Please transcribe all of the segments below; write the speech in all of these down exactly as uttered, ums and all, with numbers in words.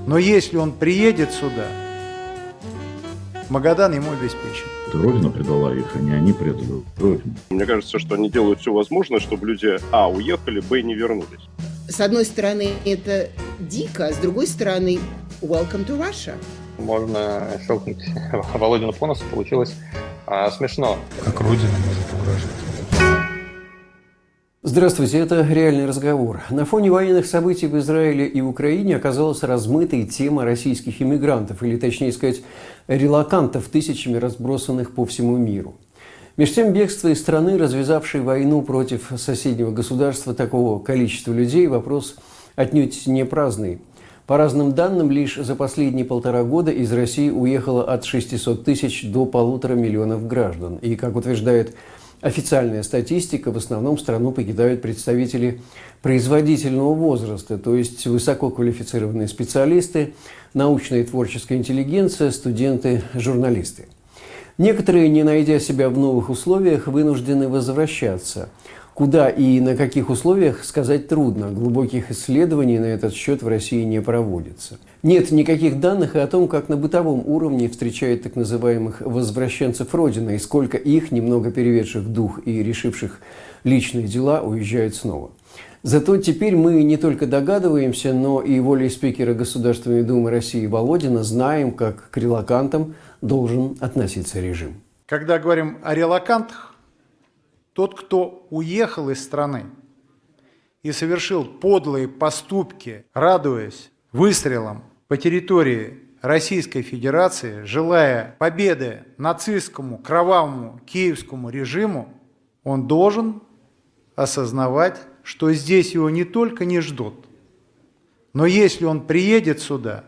Но если он приедет сюда, Магадан ему обеспечен. Это Родина предала их, а не они предали Родину. Мне кажется, что они делают все возможное, чтобы люди, а, уехали, б, не вернулись. С одной стороны, это дико, а с другой стороны, welcome to Russia. Можно щелкнуть Володину по носу, получилось а, смешно. Как Родина может угрожать. Здравствуйте, это «Реальный разговор». На фоне военных событий в Израиле и Украине оказалась размытой тема российских иммигрантов, или точнее сказать, релокантов, тысячами разбросанных по всему миру. Между тем, бегство из страны, развязавшей войну против соседнего государства такого количества людей, вопрос отнюдь не праздный. По разным данным, лишь за последние полтора года из России уехало от шестисот тысяч до полутора миллионов граждан. И, как утверждает официальная статистика, в основном страну покидают представители производительного возраста, то есть высококвалифицированные специалисты, научная и творческая интеллигенция, студенты, журналисты. Некоторые, не найдя себя в новых условиях, вынуждены возвращаться. Куда и на каких условиях, сказать трудно. Глубоких исследований на этот счет в России не проводится. Нет никаких данных и о том, как на бытовом уровне встречают так называемых возвращенцев Родины, и сколько их, немного переведших дух и решивших личные дела, уезжают снова. Зато теперь мы не только догадываемся, но и волей спикера Государственной Думы России Володина знаем, как к релокантам должен относиться режим. Когда говорим о релокантах, тот, кто уехал из страны и совершил подлые поступки, радуясь выстрелам по территории Российской Федерации, желая победы нацистскому, кровавому, киевскому режиму, он должен осознавать, что здесь его не только не ждут, но если он приедет сюда,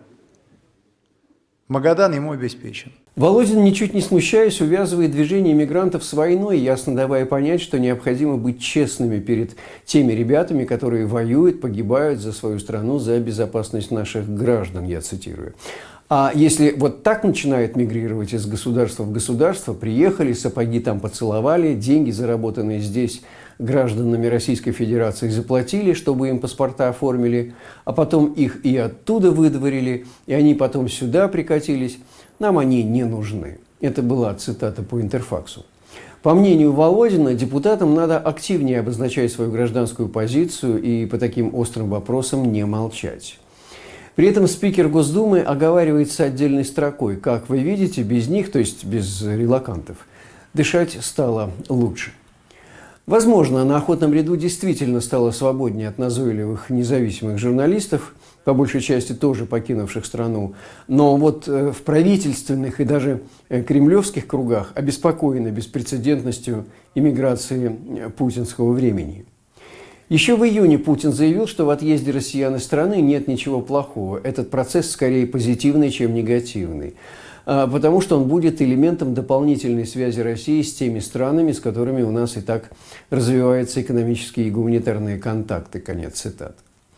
Магадан ему обеспечен. Володин, ничуть не смущаясь, увязывает движение мигрантов с войной, ясно давая понять, что необходимо быть честными перед теми ребятами, которые воюют, погибают за свою страну, за безопасность наших граждан, я цитирую. А если вот так начинают мигрировать из государства в государство, приехали, сапоги там поцеловали, деньги, заработанные здесь гражданами Российской Федерации, заплатили, чтобы им паспорта оформили, а потом их и оттуда выдворили, и они потом сюда прикатились, нам они не нужны. Это была цитата по Интерфаксу. По мнению Володина, депутатам надо активнее обозначать свою гражданскую позицию и по таким острым вопросам не молчать. При этом спикер Госдумы оговаривается отдельной строкой. Как вы видите, без них, то есть без релокантов, дышать стало лучше. Возможно, на охотном ряду действительно стало свободнее от назойливых независимых журналистов, по большей части тоже покинувших страну. Но вот в правительственных и даже кремлевских кругах обеспокоены беспрецедентностью иммиграции путинского времени. Еще в июне Путин заявил, что в отъезде россиян из страны нет ничего плохого. Этот процесс скорее позитивный, чем негативный. Потому что он будет элементом дополнительной связи России с теми странами, с которыми у нас и так развиваются экономические и гуманитарные контакты. Конец цитаты.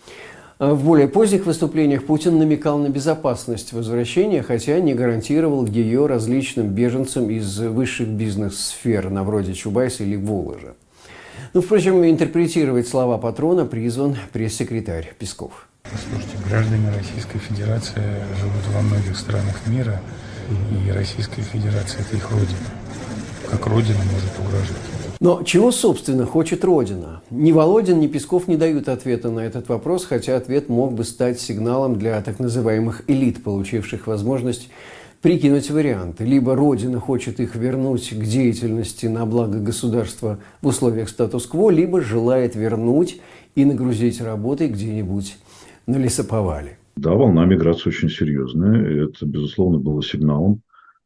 В более поздних выступлениях Путин намекал на безопасность возвращения, хотя не гарантировал ее различным беженцам из высших бизнес-сфер, на вроде Чубайса или Воложа. Ну, впрочем, интерпретировать слова патрона призван пресс-секретарь Песков. Слушайте, граждане Российской Федерации живут во многих странах мира, и Российская Федерация – это их родина. Как родина может угрожать? Но чего, собственно, хочет Родина? Ни Володин, ни Песков не дают ответа на этот вопрос, хотя ответ мог бы стать сигналом для так называемых элит, получивших возможность прикинуть варианты. Либо Родина хочет их вернуть к деятельности на благо государства в условиях статус-кво, либо желает вернуть и нагрузить работой где-нибудь на лесоповале. Да, волна миграции очень серьезная. Это, безусловно, было сигналом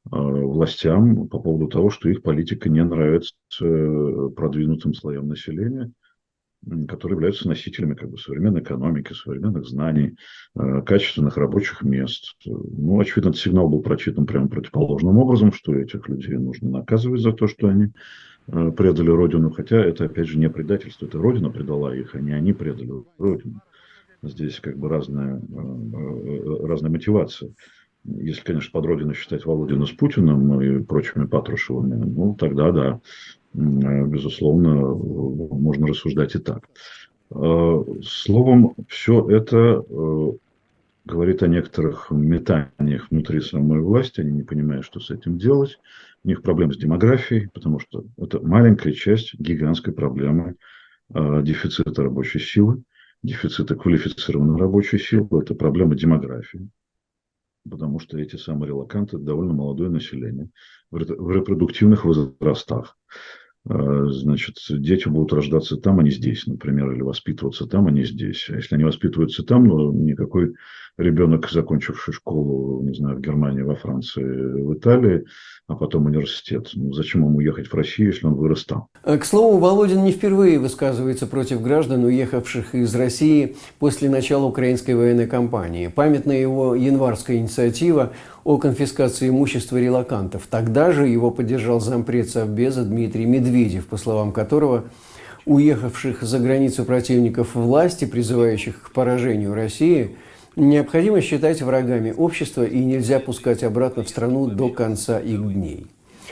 властям по поводу того, что их политика не нравится продвинутым слоям населения, которые являются носителями как бы современной экономики, современных знаний, качественных рабочих мест. Ну, очевидно, этот сигнал был прочитан прямо противоположным образом, что этих людей нужно наказывать за то, что они предали Родину, хотя это, опять же, не предательство, это Родина предала их, а не они предали Родину. Здесь как бы разная, разная мотивация. Если, конечно, под Родину считать Володина с Путиным и прочими Патрушевыми, ну, тогда да, безусловно, можно рассуждать и так. Словом, все это говорит о некоторых метаниях внутри самой власти. Они не понимают, что с этим делать. У них проблемы с демографией, потому что это маленькая часть гигантской проблемы э, дефицита рабочей силы, дефицита квалифицированной рабочей силы. Это проблема демографии, потому что эти самые релоканты – это довольно молодое население в репродуктивных возрастах. Значит, дети будут рождаться там, а не здесь, например, или воспитываться там, а не здесь. А если они воспитываются там, ну, никакой ребенок, закончивший школу, не знаю, в Германии, во Франции, в Италии, а потом университет, ну, зачем ему ехать в Россию, если он вырос там? К слову, Володин не впервые высказывается против граждан, уехавших из России после начала украинской военной кампании. Памятна его январская инициатива о конфискации имущества релокантов. Тогда же его поддержал зампред Совбеза Дмитрий Медведев, по словам которого уехавших за границу противников власти, призывающих к поражению России, необходимо считать врагами общества и нельзя пускать обратно в страну до конца их дней.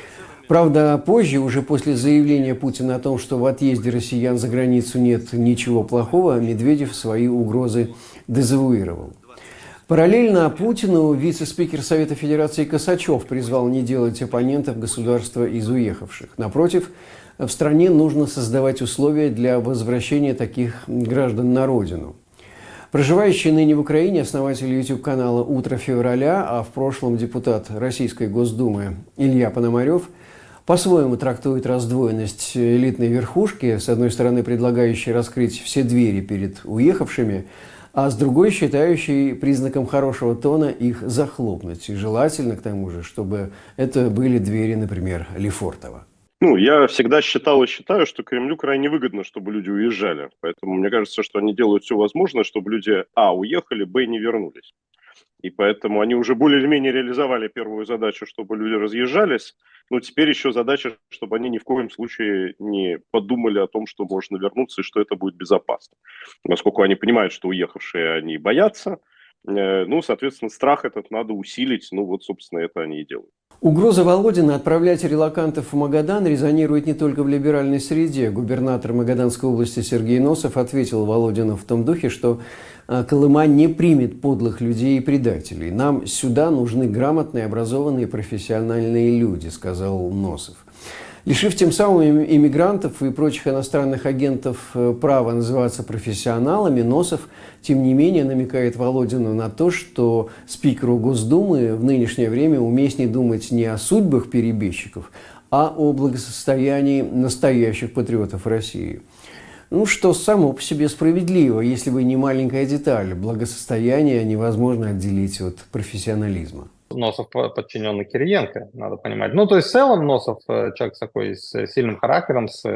Правда, позже, уже после заявления Путина о том, что в отъезде россиян за границу нет ничего плохого, Медведев свои угрозы дезавуировал. Параллельно Путину вице-спикер Совета Федерации Косачев призвал не делать оппонентов государства из уехавших. Напротив, в стране нужно создавать условия для возвращения таких граждан на родину. Проживающий ныне в Украине основатель YouTube-канала «Утро февраля», а в прошлом депутат Российской Госдумы Илья Пономарев по-своему трактует раздвоенность элитной верхушки, с одной стороны предлагающей раскрыть все двери перед уехавшими, а с другой считающий признаком хорошего тона их захлопнуть. И желательно, к тому же, чтобы это были двери, например, Лефортово. Ну, я всегда считал и считаю, что Кремлю крайне выгодно, чтобы люди уезжали. Поэтому мне кажется, что они делают все возможное, чтобы люди, а, уехали, б, не вернулись. И поэтому они уже более или менее реализовали первую задачу, чтобы люди разъезжались. Но теперь еще задача, чтобы они ни в коем случае не подумали о том, что можно вернуться и что это будет безопасно. Поскольку они понимают, что уехавшие они боятся, ну, соответственно, страх этот надо усилить. Ну, вот, собственно, это они и делают. Угроза Володина отправлять релокантов в Магадан резонирует не только в либеральной среде. Губернатор Магаданской области Сергей Носов ответил Володину в том духе, что Колыма не примет подлых людей и предателей. Нам сюда нужны грамотные, образованные, профессиональные люди, сказал Носов. Лишив тем самым иммигрантов и прочих иностранных агентов права называться профессионалами, Носов, тем не менее, намекает Володину на то, что спикеру Госдумы в нынешнее время уместнее думать не о судьбах перебежчиков, а о благосостоянии настоящих патриотов России. Ну, что само по себе справедливо, если бы не маленькая деталь. Благосостояние невозможно отделить от профессионализма. Носов подчиненный Кириенко, надо понимать. Ну, то есть в целом Носов человек такой с сильным характером, с,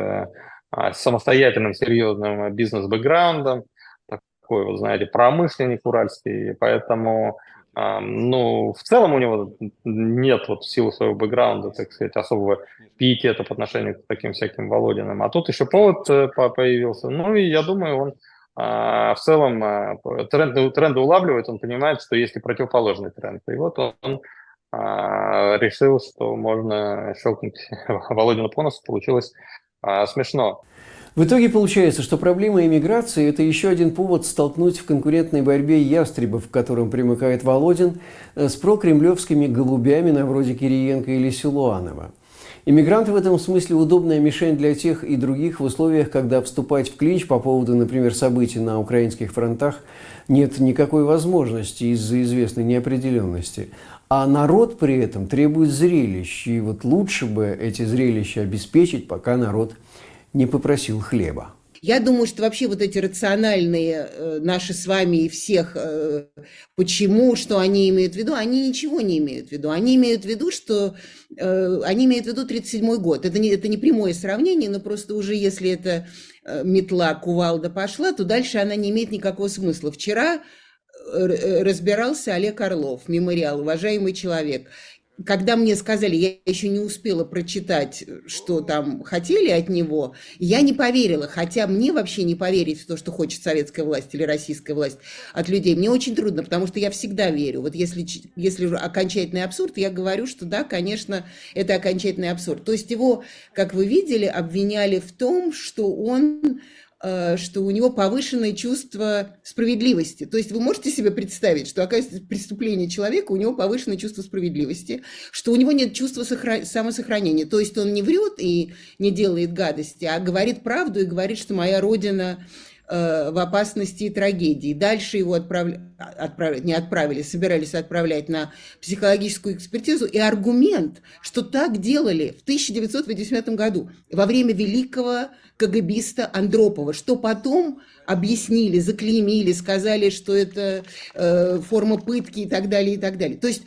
с самостоятельным, серьезным бизнес-бэкграундом, такой, вот знаете, промышленник уральский, поэтому, ну, в целом у него нет вот в силу своего бэкграунда, так сказать, особого пиетета по отношению к таким всяким Володиным. А тут еще повод появился. Ну, и я думаю, он в целом тренды, тренды улавливает, он понимает, что есть и противоположный тренд. И вот он, он решил, что можно щелкнуть Володину по носу, получилось смешно. В итоге получается, что проблема иммиграции – это еще один повод столкнуть в конкурентной борьбе ястребов, к которым примыкает Володин, с прокремлевскими голубями на вроде Кириенко или Силуанова. Иммигранты в этом смысле удобная мишень для тех и других в условиях, когда вступать в клинч по поводу, например, событий на украинских фронтах нет никакой возможности из-за известной неопределенности. А народ при этом требует зрелищ, и вот лучше бы эти зрелища обеспечить, пока народ не попросил хлеба. Я думаю, что вообще вот эти рациональные э, наши с вами и всех, э, почему, что они имеют в виду, они ничего не имеют в виду. Они имеют в виду, что э, они имеют в виду тридцать седьмой год. Это не, это не прямое сравнение, но просто уже если эта э, метла, кувалда пошла, то дальше она не имеет никакого смысла. Вчера э, разбирался Олег Орлов, мемориал, уважаемый человек. Когда мне сказали, я еще не успела прочитать, что там хотели от него, я не поверила, хотя мне вообще не поверить в то, что хочет советская власть или российская власть от людей, мне очень трудно, потому что я всегда верю. Вот если, если окончательный абсурд, я говорю, что да, конечно, это окончательный абсурд. То есть его, как вы видели, обвиняли в том, что он что у него повышенное чувство справедливости. То есть вы можете себе представить, что, оказывается, преступление человека, у него повышенное чувство справедливости, что у него нет чувства сохра... самосохранения. То есть он не врет и не делает гадости, а говорит правду и говорит, что моя родина э, в опасности и трагедии. Дальше его отправля... отправ... не отправили, собирались отправлять на психологическую экспертизу. И аргумент, что так делали в тысяча девятьсот восьмидесятом году, во время великого КГБиста Андропова, что потом объяснили, заклеймили, сказали, что это э, форма пытки и так далее, и так далее. То есть,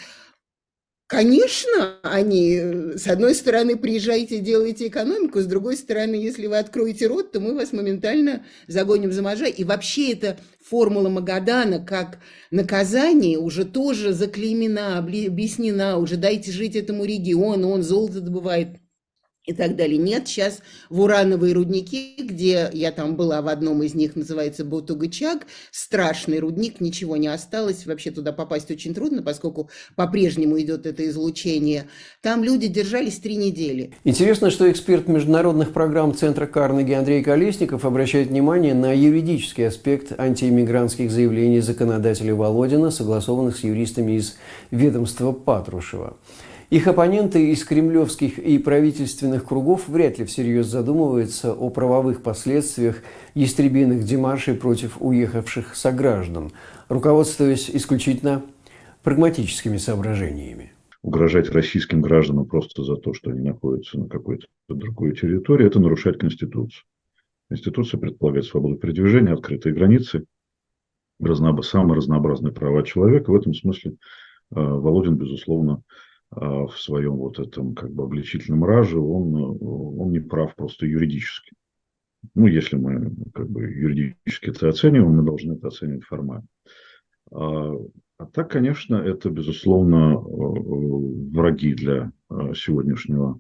конечно, они, с одной стороны, приезжайте, делайте экономику, с другой стороны, если вы откроете рот, то мы вас моментально загоним за моржа. И вообще эта формула Магадана как наказание уже тоже заклеймена, объяснена, уже дайте жить этому региону, он золото добывает и так далее. Нет, сейчас в урановые рудники, где я там была в одном из них, называется Ботугачак, страшный рудник, ничего не осталось, вообще туда попасть очень трудно, поскольку по-прежнему идет это излучение. Там люди держались три недели. Интересно, что эксперт международных программ Центра Карнеги Андрей Колесников обращает внимание на юридический аспект антииммигрантских заявлений законодателя Володина, согласованных с юристами из ведомства Патрушева. Их оппоненты из кремлевских и правительственных кругов вряд ли всерьез задумываются о правовых последствиях ястребиных демаршей против уехавших сограждан, руководствуясь исключительно прагматическими соображениями. Угрожать российским гражданам просто за то, что они находятся на какой-то другой территории, это нарушать Конституцию. Конституция предполагает свободу передвижения, открытые границы, разноб... самые разнообразные права человека. В этом смысле Володин, безусловно, в своем вот этом как бы обличительном раже, он, он не прав просто юридически. Ну, если мы как бы юридически это оцениваем, мы должны это оценивать формально. А, а так, конечно, это, безусловно, враги для сегодняшнего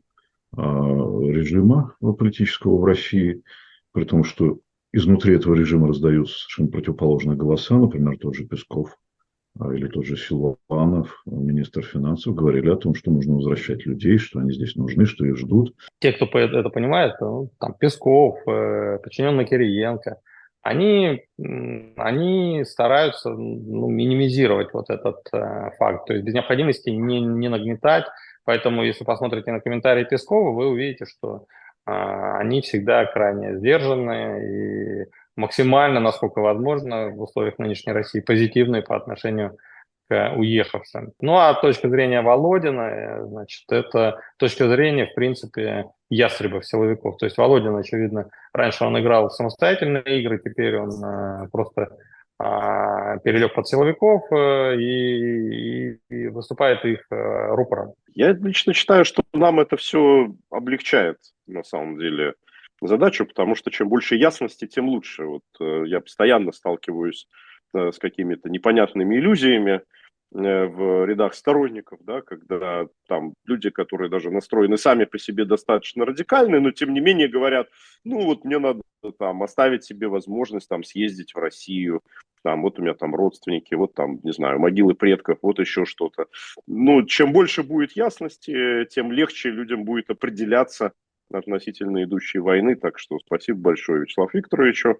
режима политического в России, при том, что изнутри этого режима раздаются совершенно противоположные голоса, например, тот же Песков или тот же Силуанов, министр финансов, говорили о том, что нужно возвращать людей, что они здесь нужны, что их ждут. Те, кто это понимает, ну, там Песков, э, подчиненный Кириенко, они, они стараются ну, минимизировать вот этот э, факт, то есть без необходимости не, не нагнетать. Поэтому, если посмотрите на комментарии Пескова, вы увидите, что э, они всегда крайне сдержанные и максимально, насколько возможно, в условиях нынешней России позитивные по отношению к уехавшим. Ну, а точка зрения Володина, значит, это точка зрения, в принципе, ястребов, силовиков. То есть Володин, очевидно, раньше он играл в самостоятельные игры, теперь он э, просто э, перелег под силовиков э, и, и, и выступает их э, рупором. Я лично считаю, что нам это все облегчает, на самом деле, задачу, потому что чем больше ясности, тем лучше. Вот э, я постоянно сталкиваюсь э, с какими-то непонятными иллюзиями э, в рядах сторонников, да, когда там люди, которые даже настроены сами по себе достаточно радикальны, но тем не менее говорят, ну вот мне надо там оставить себе возможность там съездить в Россию, там вот у меня там родственники, вот там, не знаю, могилы предков, вот еще что-то. Ну, чем больше будет ясности, тем легче людям будет определяться относительно идущей войны, так что спасибо большое Вячеславу Викторовичу,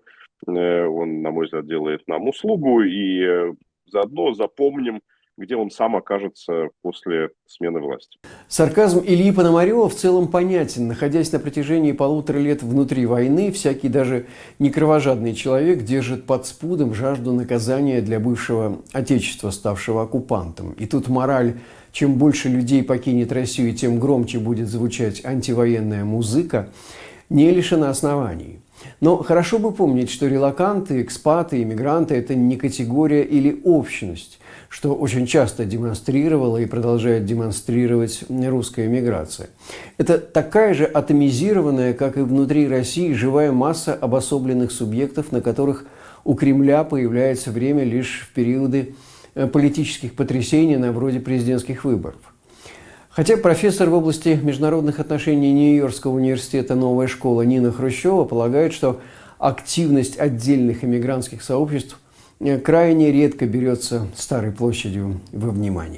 он, на мой взгляд, делает нам услугу, и заодно запомним, где он сам окажется после смены власти. Сарказм Ильи Пономарева в целом понятен. Находясь на протяжении полутора лет внутри войны, всякий даже не кровожадный человек держит под спудом жажду наказания для бывшего отечества, ставшего оккупантом. И тут мораль: чем больше людей покинет Россию, тем громче будет звучать антивоенная музыка, не лишена оснований. Но хорошо бы помнить, что релоканты, экспаты, иммигранты – это не категория или общность, что очень часто демонстрировала и продолжает демонстрировать русская миграция. Это такая же атомизированная, как и внутри России, живая масса обособленных субъектов, на которых у Кремля появляется время лишь в периоды политических потрясений на вроде президентских выборов. Хотя профессор в области международных отношений Нью-Йоркского университета «Новая школа» Нина Хрущева полагает, что активность отдельных иммигрантских сообществ крайне редко берется Старой площадью во внимание.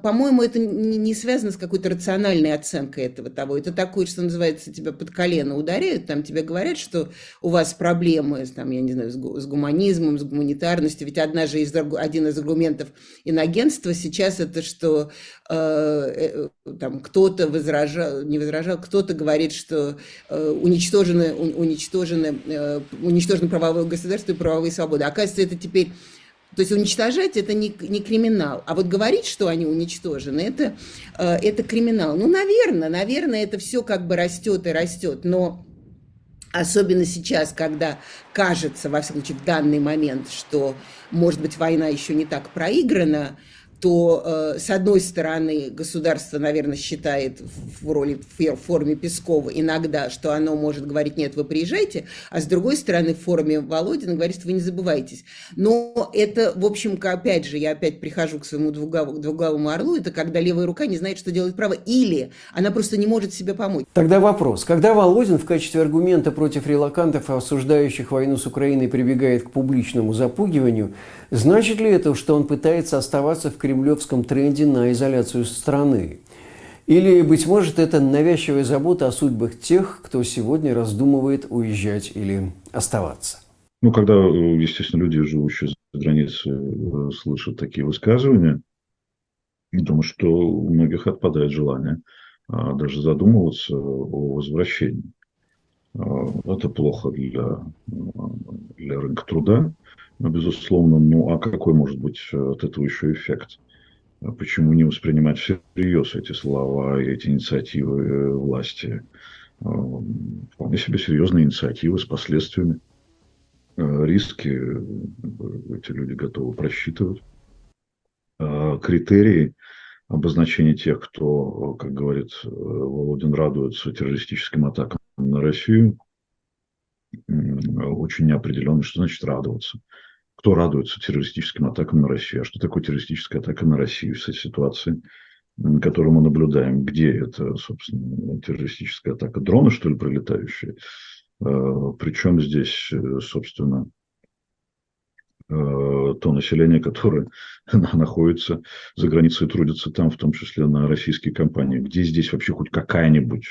по-моему, это не не связано с какой-то рациональной оценкой этого того. Это такое, что называется, тебя под колено ударяют, там тебе говорят, что у вас проблемы, с, там, я не знаю, с, гу- с гуманизмом, с гуманитарностью. Ведь одна же из, аргу- один из аргументов инагентства сейчас это, что э, э, там кто-то возражал, не возражал, кто-то говорит, что э, уничтожены, у- уничтожены, э, уничтожено правовое государство и правовые свободы. Оказывается, это теперь... То есть уничтожать это не, не криминал, а вот говорить, что они уничтожены, это, э, это криминал. Ну, наверное, наверное, это все как бы растет и растет, но особенно сейчас, когда кажется, во всяком случае, в данный момент, что, может быть, война еще не так проиграна, то, э, с одной стороны, государство, наверное, считает в роли, в форме Пескова иногда, что оно может говорить, нет, вы приезжайте, а с другой стороны, в форме Володина говорит, что вы не забывайтесь. Но это, в общем, опять же, я опять прихожу к своему двуглавому, двуглавому орлу, это когда левая рука не знает, что делать правая, или она просто не может себе помочь. Тогда вопрос. Когда Володин в качестве аргумента против релокантов, осуждающих войну с Украиной, прибегает к публичному запугиванию, значит ли это, что он пытается оставаться в кремлевском тренде на изоляцию страны? Или, быть может, это навязчивая забота о судьбах тех, кто сегодня раздумывает уезжать или оставаться? Ну, когда, естественно, люди, живущие за границей, слышат такие высказывания, я думаю, что у многих отпадает желание а, даже задумываться о возвращении. А, Это плохо для, для рынка труда, безусловно. Ну, а какой может быть от этого еще эффект? Почему не воспринимать всерьез эти слова и эти инициативы власти? Вполне себе серьезные инициативы с последствиями. Риски эти люди готовы просчитывать. Критерии обозначения тех, кто, как говорит Володин, радуется террористическим атакам на Россию, очень неопределенны. Что значит радоваться? Кто радуется террористическим атакам на Россию? А что такое террористическая атака на Россию в ситуации, которую мы наблюдаем? Где это, собственно, террористическая атака? Дроны, что ли, пролетающие? Причем здесь, собственно, то население, которое находится за границей и трудится там, в том числе на российские компании. Где здесь вообще хоть какая-нибудь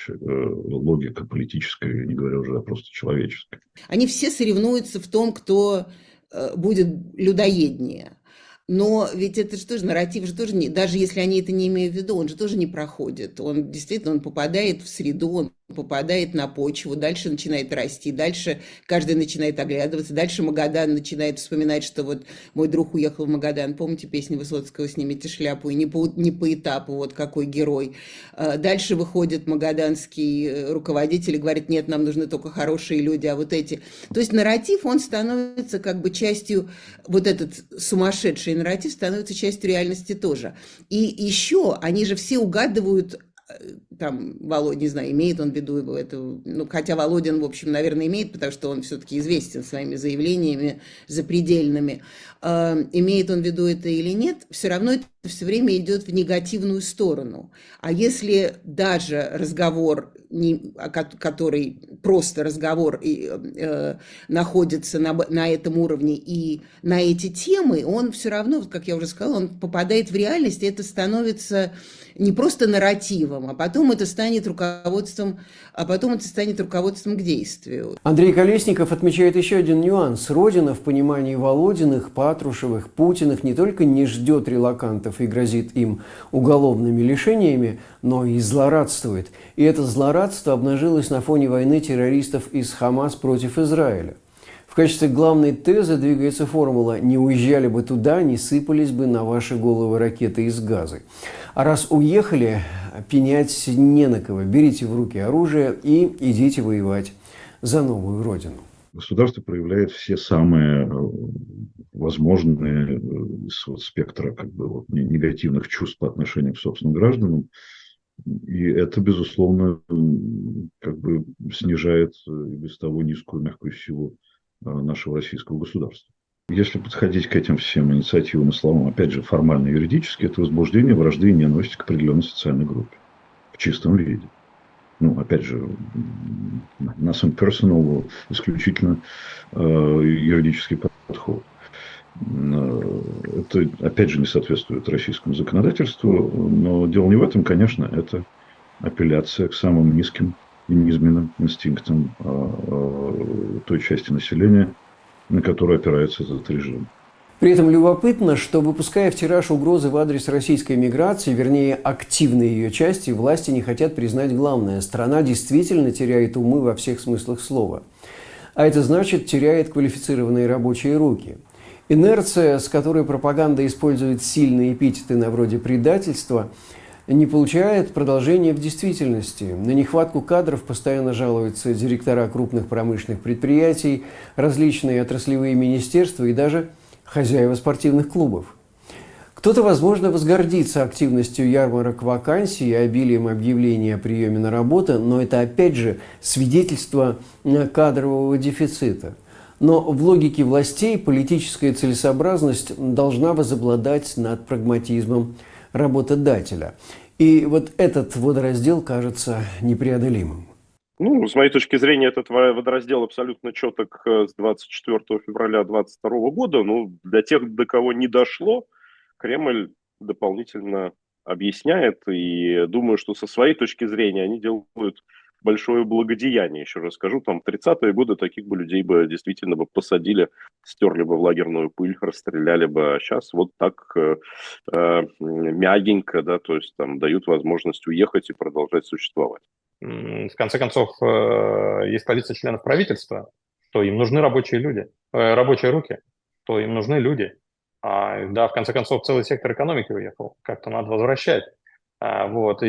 логика политическая, не говоря уже о просто человеческой? Они все соревнуются в том, кто э, будет людоеднее. Но ведь это же тоже, нарратив же тоже, не, даже если они это не имеют в виду, он же тоже не проходит. Он действительно, он попадает в среду, он попадает на почву, дальше начинает расти, дальше каждый начинает оглядываться, дальше Магадан начинает вспоминать, что вот мой друг уехал в Магадан, помните песню Высоцкого «Снимите шляпу», и не по, не по этапу, вот какой герой. Дальше выходит магаданский руководитель и говорит, нет, нам нужны только хорошие люди, а вот эти. То есть нарратив, он становится как бы частью, вот этот сумасшедший нарратив становится частью реальности тоже. И еще они же все угадывают, там, Володя, не знаю, имеет он в виду его это, ну, хотя Володин, в общем, наверное, имеет, потому что он все-таки известен своими заявлениями запредельными, э, имеет он в виду это или нет, все равно это все время идет в негативную сторону. А если даже разговор, не, который просто разговор и, э, находится на, на этом уровне и на эти темы, он все равно, как я уже сказала, он попадает в реальность, и это становится не просто нарративом, а потом это станет руководством, а потом это станет руководством к действию. Андрей Колесников отмечает еще один нюанс. Родина в понимании Володиных, Патрушевых, Путиных не только не ждет релокантов и грозит им уголовными лишениями, но и злорадствует. И это злорадство обнажилось на фоне войны террористов из Хамас против Израиля. В качестве главной тезы двигается формула «не уезжали бы туда, не сыпались бы на ваши головы ракеты из Газы». А раз уехали, пенять не на кого. Берите в руки оружие и идите воевать за новую родину. Государство проявляет все самые возможные из спектра как бы, вот, негативных чувств по отношению к собственным гражданам. И это, безусловно, как бы снижает и без того низкую мягкую силу нашего российского государства. Если подходить к этим всем инициативам и словам, опять же, формально юридически, это возбуждение вражды и ненависти к определенной социальной группе в чистом виде. Ну, опять же, nothing personal, исключительно э, юридический подход. Это, опять же, не соответствует российскому законодательству, но дело не в этом, конечно, это апелляция к самым низким и низменным инстинктам той части населения, на которую опирается этот режим. При этом любопытно, что, выпуская в тираж угрозы в адрес российской миграции, вернее, активной ее части, власти не хотят признать главное – страна действительно теряет умы во всех смыслах слова. А это значит, теряет квалифицированные рабочие руки. Инерция, с которой пропаганда использует сильные эпитеты на вроде предательства, не получает продолжения в действительности. На нехватку кадров постоянно жалуются директора крупных промышленных предприятий, различные отраслевые министерства и даже хозяева спортивных клубов. Кто-то, возможно, возгордится активностью ярмарок вакансий и обилием объявлений о приеме на работу, но это, опять же, свидетельство кадрового дефицита. Но в логике властей политическая целесообразность должна возобладать над прагматизмом работодателя. И вот этот водораздел кажется непреодолимым. Ну, с моей точки зрения, этот водораздел абсолютно четок с двадцать четвёртого февраля две тысячи двадцать второго года. Ну, для тех, до кого не дошло, Кремль дополнительно объясняет. И думаю, что со своей точки зрения они делают большое благодеяние. Еще раз скажу, там в тридцатые годы таких бы людей бы действительно бы посадили, стерли бы в лагерную пыль, расстреляли бы. А сейчас вот так э, э, мягенько, да, то есть там дают возможность уехать и продолжать существовать. В конце концов, есть позиция членов правительства, что им нужны рабочие люди, рабочие руки, то им нужны люди. А, да, в конце концов, целый сектор экономики уехал, как-то надо возвращать. А, вот,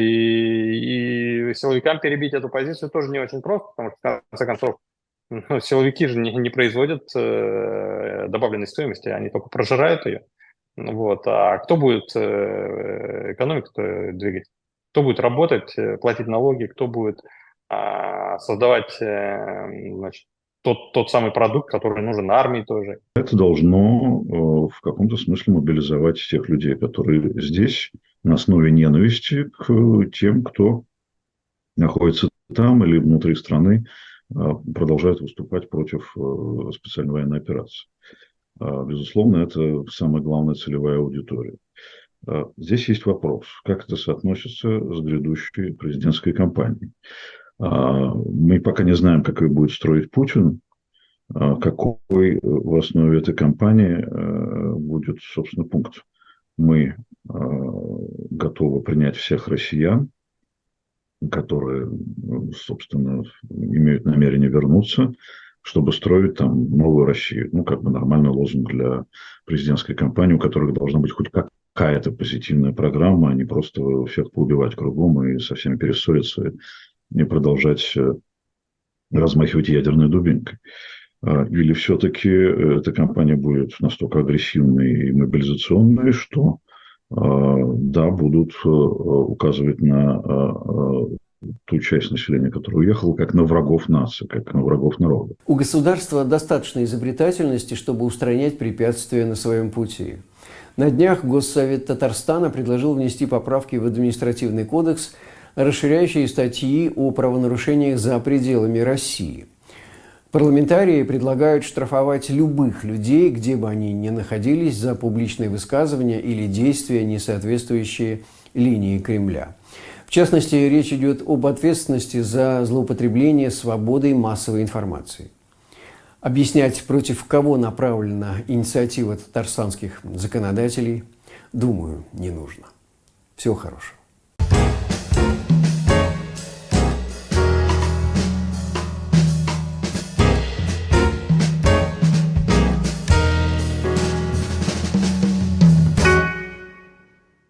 и, и силовикам перебить эту позицию тоже не очень просто, потому что, в конце концов, ну, силовики же не, не производят э, добавленной стоимости, они только прожирают ее. Вот, а кто будет э, экономику-то двигать? Кто будет работать, платить налоги, кто будет а, создавать а, значит, тот, тот самый продукт, который нужен армии тоже. Это должно в каком-то смысле мобилизовать тех людей, которые здесь на основе ненависти к тем, кто находится там или внутри страны, продолжают выступать против специальной военной операции. Безусловно, это самая главная целевая аудитория. Здесь есть вопрос, как это соотносится с грядущей президентской кампанией. Мы пока не знаем, как ее будет строить Путин, какой в основе этой кампании будет, собственно, пункт. Мы готовы принять всех россиян, которые, собственно, имеют намерение вернуться, чтобы строить там новую Россию. Ну, как бы нормальный лозунг для президентской кампании, у которой должна быть хоть как какая-то позитивная программа, а не просто всех поубивать кругом и со всеми перессориться и продолжать размахивать ядерной дубинкой. Или все-таки эта кампания будет настолько агрессивной и мобилизационной, что да, будут указывать на ту часть населения, которая уехала, как на врагов нации, как на врагов народа. У государства достаточно изобретательности, чтобы устранять препятствия на своем пути. На днях Госсовет Татарстана предложил внести поправки в административный кодекс, расширяющие статьи о правонарушениях за пределами России. Парламентарии предлагают штрафовать любых людей, где бы они ни находились, за публичные высказывания или действия, не соответствующие линии Кремля. В частности, речь идет об ответственности за злоупотребление свободой массовой информации. Объяснять, против кого направлена инициатива татарстанских законодателей, думаю, не нужно. Всего хорошего.